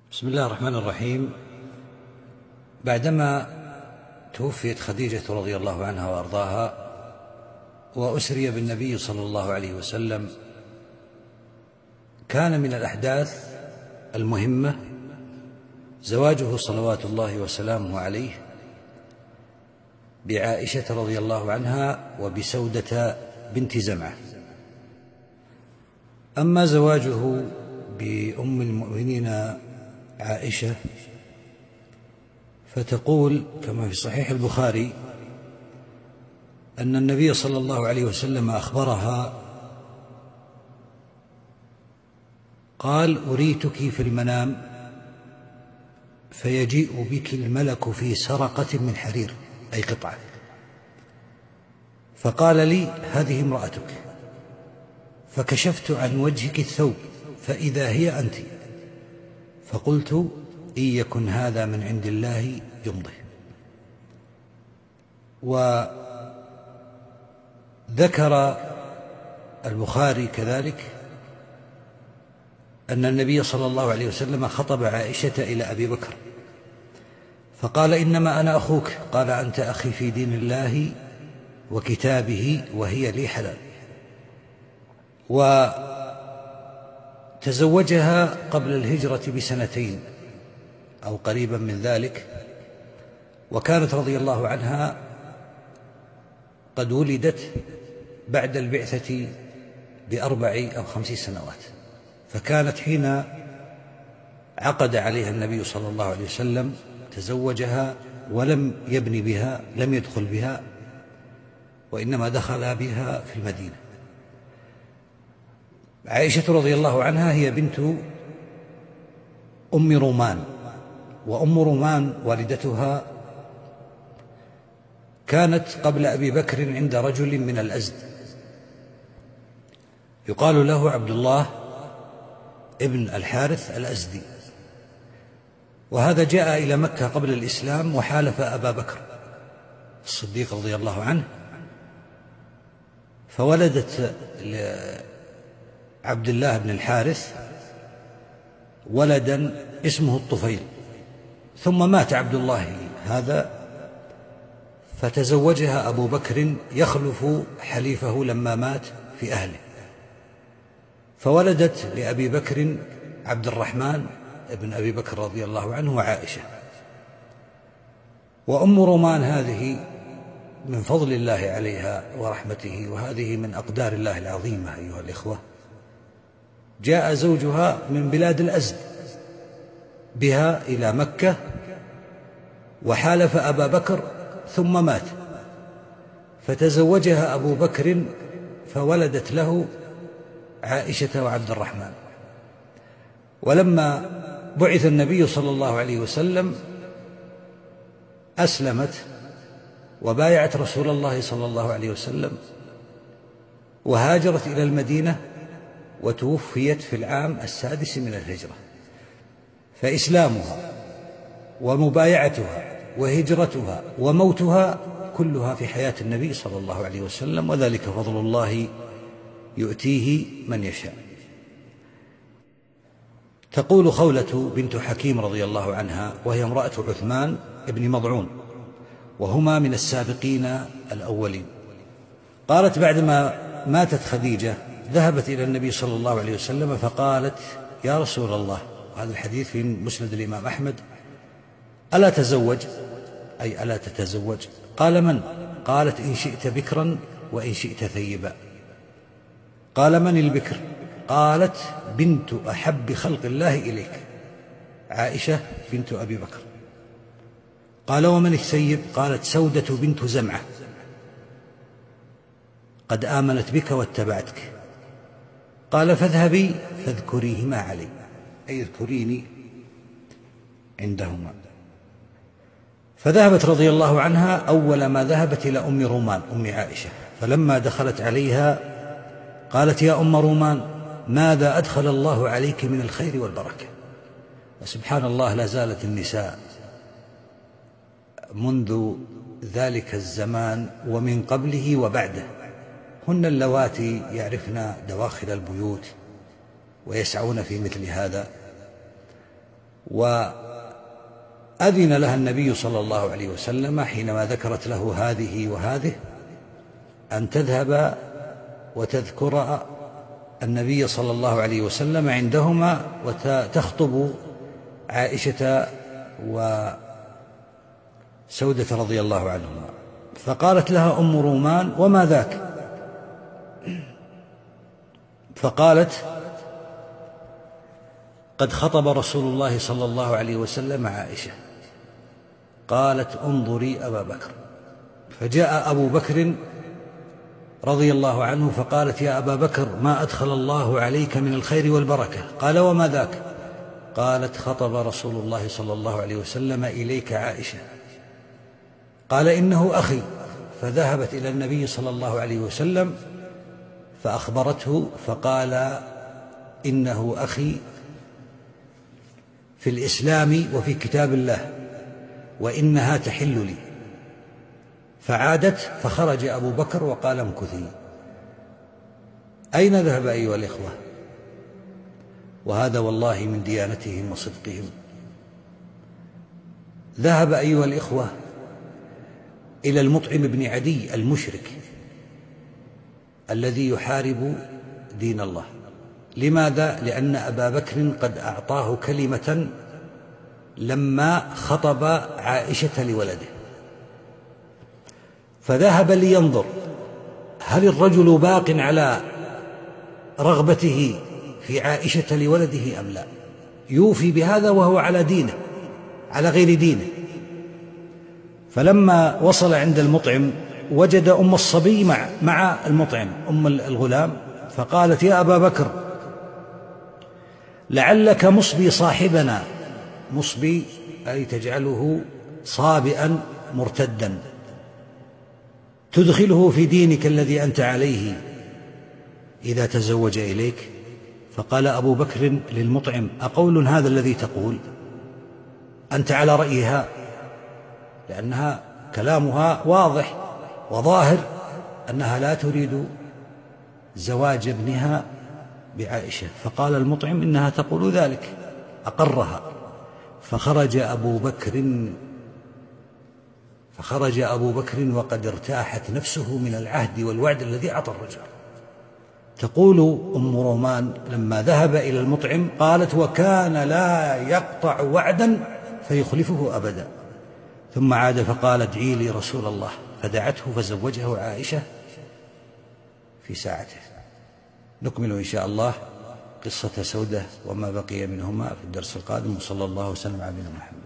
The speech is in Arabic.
بسم الله الرحمن الرحيم. بعدما توفيت خديجة رضي الله عنها وأرضاها وأسري بالنبي صلى الله عليه وسلم، كان من الأحداث المهمة زواجه صلوات الله وسلامه عليه بعائشة رضي الله عنها وبسودة بنت زمعة. أما زواجه بأم المؤمنين عائشة فتقول كما في صحيح البخاري أن النبي صلى الله عليه وسلم أخبرها قال: أريتك في المنام فيجيء بك الملك في سرقة من حرير، أي قطعة، فقال لي: هذه امرأتك، فكشفت عن وجهك الثوب فإذا هي أنت، فقلت: إن يكن هذا من عند الله يمضي. وذكر البخاري كذلك أن النبي صلى الله عليه وسلم خطب عائشة إلى أبي بكر فقال: إنما أنا أخوك. قال: أنت أخي في دين الله وكتابه وهي لي حلال. وتزوجها قبل الهجرة بسنتين أو قريبا من ذلك، وكانت رضي الله عنها قد ولدت بعد البعثة ب4 أو 5 سنوات، فكانت حين عقد عليها النبي صلى الله عليه وسلم تزوجها ولم يبني بها، لم يدخل بها، وإنما دخل بها في المدينة. عائشة رضي الله عنها هي بنت أم رومان، وأم رومان والدتها كانت قبل أبي بكر عند رجل من الأزد يقال له عبد الله ابن الحارث الأزدي، وهذا جاء إلى مكة قبل الإسلام وحالف أبا بكر الصديق رضي الله عنه، فولدت عبد الله بن الحارث ولدا اسمه الطفيل، ثم مات عبد الله هذا فتزوجها أبو بكر يخلف حليفه لما مات في أهله، فولدت لأبي بكر عبد الرحمن ابن أبي بكر رضي الله عنه وعائشة. وأم رومان هذه من فضل الله عليها ورحمته، وهذه من أقدار الله العظيمة أيها الإخوة، جاء زوجها من بلاد الأزد بها إلى مكة وحالف أبا بكر ثم مات، فتزوجها أبو بكر فولدت له عائشة وعبد الرحمن. ولما بعث النبي صلى الله عليه وسلم أسلمت وبايعت رسول الله صلى الله عليه وسلم وهاجرت إلى المدينة، وتوفيت في العام 6 من الهجرة. فإسلامها ومبايعتها وهجرتها وموتها كلها في حياة النبي صلى الله عليه وسلم، وذلك فضل الله يؤتيه من يشاء. تقول خولة بنت حكيم رضي الله عنها، وهي امرأة عثمان بن مضعون، وهما من السابقين الأولين، قالت بعدما ماتت خديجة ذهبت إلى النبي صلى الله عليه وسلم فقالت: يا رسول الله، وهذا الحديث في مسند الإمام أحمد، ألا تزوج، أي ألا تتزوج؟ قال: من؟ قالت: إن شئت بكرا وإن شئت ثيبا. قال: من البكر؟ قالت: بنت أحب خلق الله إليك، عائشة بنت أبي بكر. قال: ومن الثيب؟ قالت: سودة بنت زمعة، قد آمنت بك واتبعتك. قال: فاذهبي فاذكريهما علي، أي اذكريني عندهما. فذهبت رضي الله عنها، أول ما ذهبت إلى أم رومان أم عائشة، فلما دخلت عليها قالت: يا أم رومان، ماذا أدخل الله عليك من الخير والبركة؟ وسبحان الله، لا زالت النساء منذ ذلك الزمان ومن قبله وبعده هن اللواتي يعرفن دواخل البيوت ويسعون في مثل هذا. وأذن لها النبي صلى الله عليه وسلم حينما ذكرت له هذه وهذه أن تذهب وتذكر النبي صلى الله عليه وسلم عندهما وتخطب عائشة وسودة رضي الله عنهما. فقالت لها أم رومان: وما ذاك؟ فقالت: قد خطب رسول الله صلى الله عليه وسلم عائشة. قالت: انظري أبا بكر. فجاء أبو بكر رضي الله عنه فقالت: يا أبا بكر، ما أدخل الله عليك من الخير والبركة. قال: وما ذاك؟ قالت: خطب رسول الله صلى الله عليه وسلم إليك عائشة. قال: إنه أخي. فذهبت إلى النبي صلى الله عليه وسلم فأخبرته فقال: إنه أخي في الإسلام وفي كتاب الله، وإنها تحل لي. فعادت فخرج أبو بكر وقال: امكثي. أين ذهب أيها الإخوة؟ وهذا والله من ديانتهم وصدقهم. ذهب أيها الإخوة إلى المطعم بن عدي المشرك الذي يحارب دين الله. لماذا؟ لأن أبا بكر قد أعطاه كلمة لما خطب عائشة لولده، فذهب لينظر هل الرجل باق على رغبته في عائشة لولده أم لا، يوفي بهذا وهو على دينه على غير دينه. فلما وصل عند المطعم وجد أم الصبي مع المطعم أم الغلام، فقالت: يا أبا بكر، لعلك مصبي صاحبنا. مصبي أي تجعله صابئا مرتدا، تدخله في دينك الذي أنت عليه إذا تزوج إليك. فقال أبو بكر للمطعم: أقول هذا الذي تقول؟ أنت على رأيها؟ لأنها كلامها واضح وظاهر أنها لا تريد زواج ابنها بعائشة. فقال المطعم: إنها تقول ذلك. أقرها. فخرج أبو بكر وقد ارتاحت نفسه من العهد والوعد الذي أعطى الرجل. تقول أم رومان: لما ذهب إلى المطعم قالت: وكان لا يقطع وعدا فيخلفه أبدا. ثم عاد فقال: ادعي لي رسول الله. فدعته فزوجه عائشة في ساعته. نكمل إن شاء الله قصة سودة وما بقي منهما في الدرس القادم، وصلى الله وسلم على نبينا محمد.